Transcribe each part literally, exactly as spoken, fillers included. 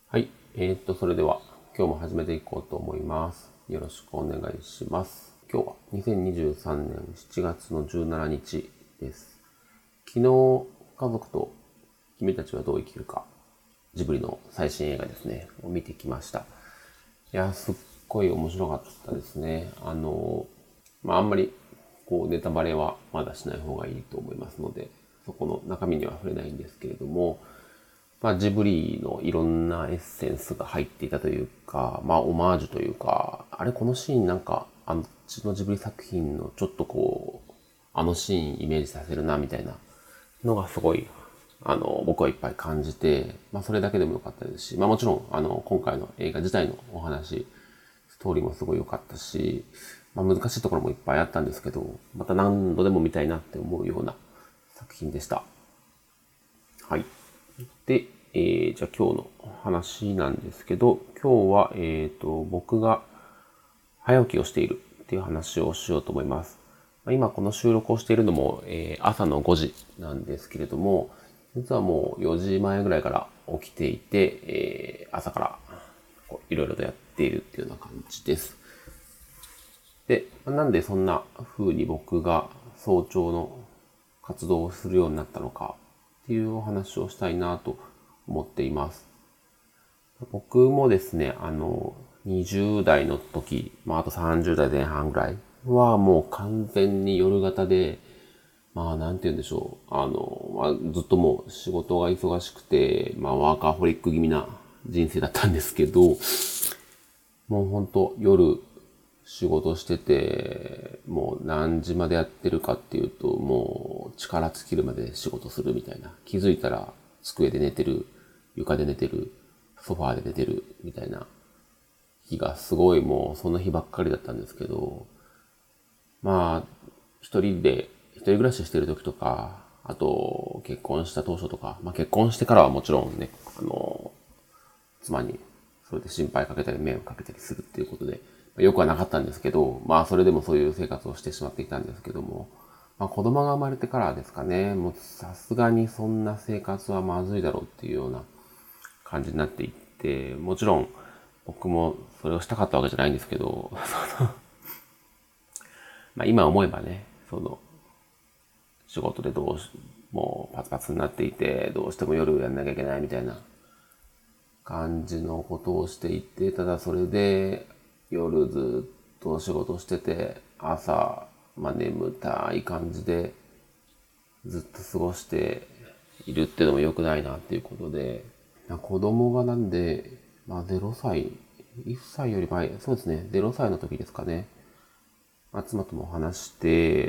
はい。えー、っと、それでは今日も始めていこうと思います。よろしくお願いします。今日はにせんにじゅうさんねんしちがつのじゅうしちにちです。昨日、家族と君たちはどう生きるか、ジブリの最新映画ですね、を見てきました。いや、すっごい面白かったですね。あの、まあ、あんまり、こう、ネタバレはまだしない方がいいと思いますので、そこの中身には触れないんですけれども、まあ、ジブリのいろんなエッセンスが入っていたというか、まあ、オマージュというか、あれ、このシーンなんか、あっちのジブリ作品のちょっとこう、あのシーンイメージさせるな、みたいなのがすごい、あの、僕はいっぱい感じて、まあ、それだけでもよかったですし、まあ、もちろん、あの、今回の映画自体のお話、ストーリーもすごい良かったし、まあ、難しいところもいっぱいあったんですけど、また何度でも見たいなって思うような作品でした。はい。で、えー、じゃあ今日の話なんですけど、今日は、えっと、僕が早起きをしているっていう話をしようと思います。今この収録をしているのも、えー朝のごじなんですけれども、実はもうよじまえぐらいから起きていて、えー朝からこういろいろとやっているっていうような感じです。で、なんでそんな風に僕が早朝の活動をするようになったのかっていうお話をしたいなと思っています。僕もですね、あの、にじゅう代の時、まああとさんじゅう代前半ぐらいはもう完全に夜型で、まあなんて言うんでしょう。あの、まあ、ずっともう仕事が忙しくて、まあワーカーホリック気味な人生だったんですけど、もうほんと夜仕事してて、もう何時までやってるかっていうと、もう力尽きるまで仕事するみたいな。気づいたら机で寝てる、床で寝てる、ソファーで寝てるみたいな日がすごいもうその日ばっかりだったんですけど、まあ、一人で、一人暮らししてる時とか、あと結婚した当初とか、まあ結婚してからはもちろんね、あの、妻にそれで心配かけたり迷惑かけたりするっていうことで、よくはなかったんですけど、まあそれでもそういう生活をしてしまっていたんですけども、まあ子供が生まれてからですかね、もうさすがにそんな生活はまずいだろうっていうような感じになっていって、もちろん僕もそれをしたかったわけじゃないんですけど、まあ今思えばね、その仕事でどうし、もうパツパツになっていて、どうしても夜やんなきゃいけないみたいな感じのことをしていて、ただそれで夜ずっと仕事してて、朝、まあ眠たい感じでずっと過ごしているっていうのも良くないなっていうことで、子供がなんで、まあゼロさい、いっさいより前、そうですね、ゼロさいの時ですかね、妻とも話して、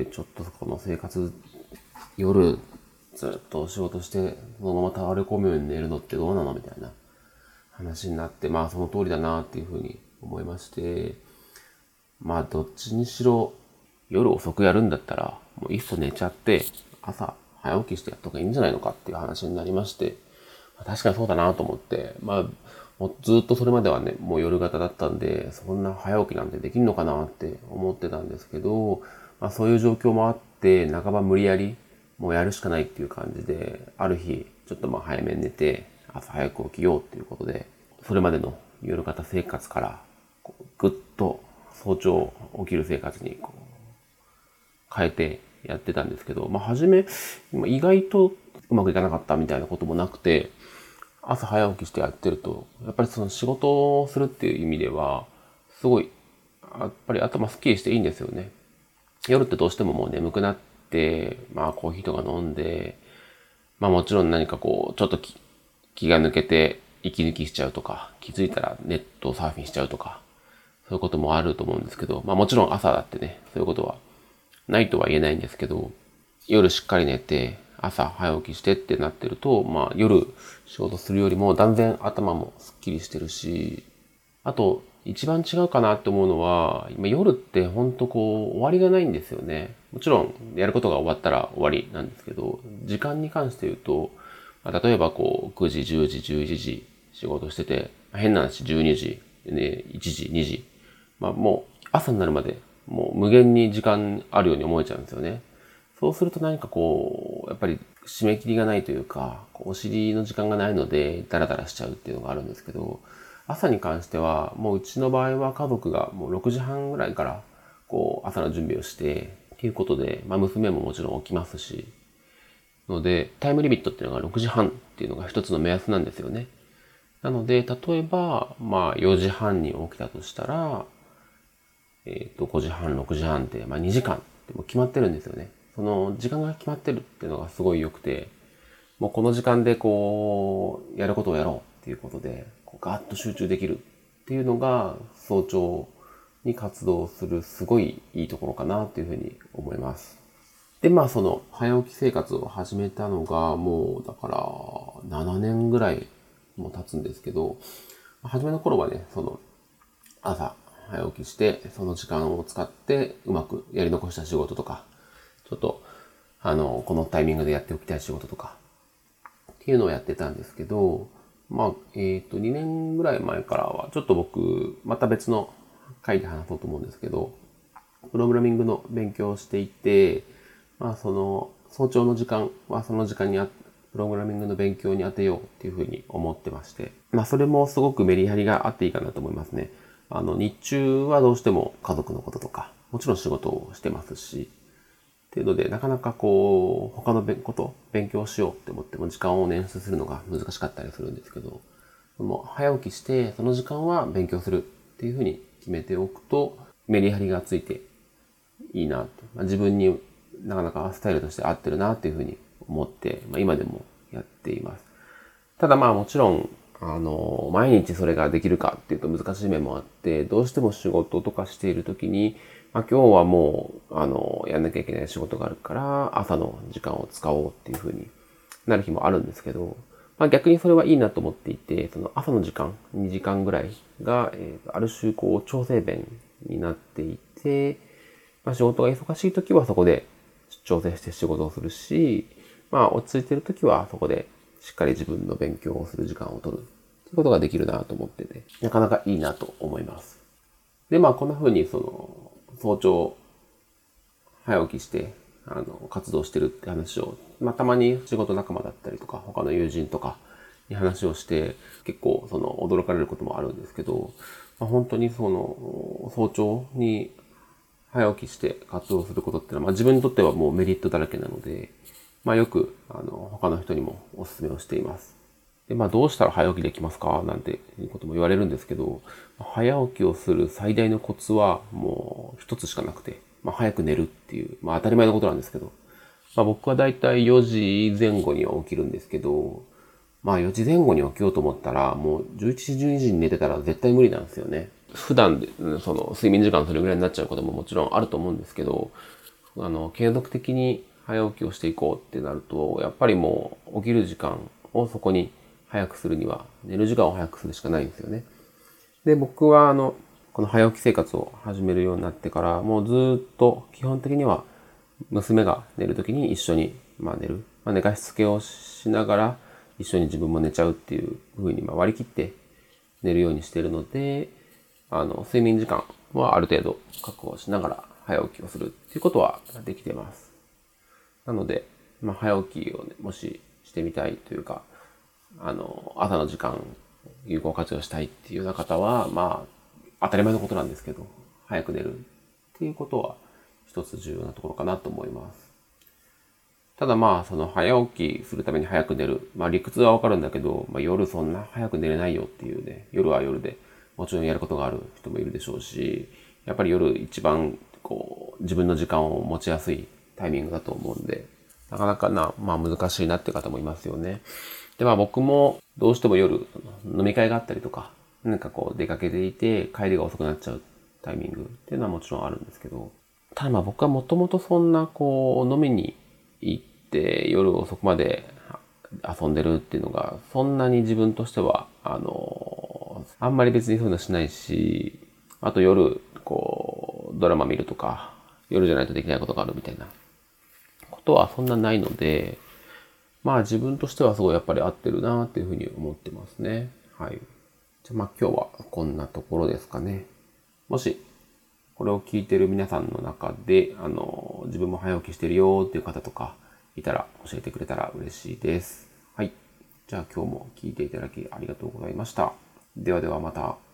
ちょっとこの生活、夜ずっと仕事して、そのまま倒れ込むように寝るのってどうなのみたいな話になって、まあその通りだなっていうふうに思いまして、まあどっちにしろ夜遅くやるんだったら、もういっそ寝ちゃって、朝早起きしてやった方がいいんじゃないのかっていう話になりまして、まあ確かにそうだなと思って、まあもうずっとそれまではね、もう夜型だったんで、そんな早起きなんてできんのかなって思ってたんですけど、まあそういう状況もあって、半ば無理やり、もうやるしかないっていう感じで、ある日、ちょっとまあ早めに寝て、朝早く起きようっていうことで、それまでの夜型生活から、こうぐっと早朝起きる生活にこう変えてやってたんですけど、まあ初め、意外とうまくいかなかったみたいなこともなくて、朝早起きしてやってると、やっぱりその仕事をするっていう意味では、すごい、やっぱり頭すっきりしていいんですよね。夜ってどうしてももう眠くなって、まあコーヒーとか飲んで、まあもちろん何かこう、ちょっと気気が抜けて息抜きしちゃうとか、気づいたらネットをサーフィンしちゃうとか、そういうこともあると思うんですけど、まあもちろん朝だってね、そういうことはないとは言えないんですけど、夜しっかり寝て、朝早起きしてってなってると、まあ夜仕事するよりも断然頭もすっきりしてるし、あと一番違うかなって思うのは、今夜ってほんとこう終わりがないんですよね。もちろんやることが終わったら終わりなんですけど、時間に関して言うと、まあ例えばこうくじ、じゅうじ、じゅういちじ仕事してて、変な話じゅうにじ、ね、いちじ、にじ、まあもう朝になるまでもう無限に時間あるように思えちゃうんですよね。そうすると何かこう、やっぱり締め切りがないというか、お尻の時間がないのでダラダラしちゃうっていうのがあるんですけど、朝に関してはもううちの場合は家族がもうろくじはんぐらいからこう朝の準備をしてっていうことで、まあ娘ももちろん起きますし、のでタイムリミットっていうのがろくじはんっていうのが一つの目安なんですよね。なので例えばまあよじはんに起きたとしたら、えっとごじはん、ろくじはんってまあにじかんってもう決まってるんですよね。その時間が決まってるっていうのがすごい良くて、もうこの時間でこうやることをやろうっていうことでこうガーッと集中できるっていうのが早朝に活動するすごいいいところかなっていうふうに思います。で、まあその早起き生活を始めたのがもうだからななねんぐらいも経つんですけど、初めの頃はね、その朝早起きしてその時間を使ってうまくやり残した仕事とか、ちょっとあのこのタイミングでやっておきたい仕事とかっていうのをやってたんですけど、まあえっとにねんぐらい前からはちょっと僕また別の回で話そうと思うんですけど、プログラミングの勉強をしていて、まあその早朝の時間はその時間にあプログラミングの勉強に当てようっていうふうに思ってまして、まあそれもすごくメリハリがあっていいかなと思いますね。あの日中はどうしても家族のこととか、もちろん仕事をしてますし、っていうのでなかなかこう他のこと、勉強しようって思っても時間を捻出するのが難しかったりするんですけど、もう早起きしてその時間は勉強するっていうふうに決めておくとメリハリがついていいなって、まあ、自分になかなかスタイルとして合ってるなっていうふうに思って、まあ、今でもやっています。ただまあもちろんあの毎日それができるかっていうと難しい面もあって、どうしても仕事とかしている時に、まあ、今日はもうあのやんなきゃいけない仕事があるから朝の時間を使おうっていうふうになる日もあるんですけど、まあ、逆にそれはいいなと思っていて、その朝の時間にじかんぐらいが、えー、ある種こう調整弁になっていて、まあ、仕事が忙しい時はそこで調整して仕事をするし、まあ落ち着いてる時はそこでしっかり自分の勉強をする時間を取るということができるなと思ってて、なかなかいいなと思います。で、まあこんな風にその早朝早起きしてあの活動してるって話を、まあたまに仕事仲間だったりとか他の友人とかに話をして結構その驚かれることもあるんですけど、まあ、本当にその早朝に早起きして活動することってのは、まあ、自分にとってはもうメリットだらけなので、まあよくあの他の人にもお勧めをしています。で、まあどうしたら早起きできますかなんていうことも言われるんですけど、早起きをする最大のコツはもう一つしかなくて、まあ早く寝るっていう、まあ当たり前のことなんですけど、まあ僕はだいたいよじぜん後には起きるんですけど、まあよじぜん後に起きようと思ったら、もうじゅういちじ、じゅうにじに寝てたら絶対無理なんですよね。普段で、その睡眠時間それぐらいになっちゃうことももちろんあると思うんですけど、あの、継続的に早起きをしていこうってなると、やっぱりもう起きる時間をそこに早くするには、寝る時間を早くするしかないんですよね。で、僕はあの、この早起き生活を始めるようになってから、もうずっと基本的には娘が寝るときに一緒に、まあ、寝る。まあ、寝かしつけをしながら一緒に自分も寝ちゃうっていう風にまあ割り切って寝るようにしているので、あの、睡眠時間はある程度確保しながら早起きをするっていうことはできてます。なので、まあ、早起きを、ね、もししてみたいというか、あの、朝の時間有効活用したいっていうような方は、まあ、当たり前のことなんですけど、早く寝るっていうことは一つ重要なところかなと思います。ただまあ、その早起きするために早く寝る。まあ理屈はわかるんだけど、まあ夜そんな早く寝れないよっていうね、夜は夜でもちろんやることがある人もいるでしょうし、やっぱり夜一番こう自分の時間を持ちやすいタイミングだと思うんで、なかなかな、まあ難しいなって方もいますよね。でまあ僕もどうしても夜飲み会があったりとか、なんかこう出かけていて帰りが遅くなっちゃうタイミングっていうのはもちろんあるんですけど、ただまあ僕はもともとそんなこう飲みに行って夜遅くまで遊んでるっていうのがそんなに自分としてはあのあんまり別にそういうのしないし、あと夜こうドラマ見るとか夜じゃないとできないことがあるみたいなことはそんなないので、まあ自分としてはすごいやっぱり合ってるなっていうふうに思ってますね。はい。じゃあまあ今日はこんなところですかね。もしこれを聞いてる皆さんの中で、あの、自分も早起きしてるよっていう方とかいたら教えてくれたら嬉しいです。はい。じゃあ今日も聞いていただきありがとうございました。ではではまた。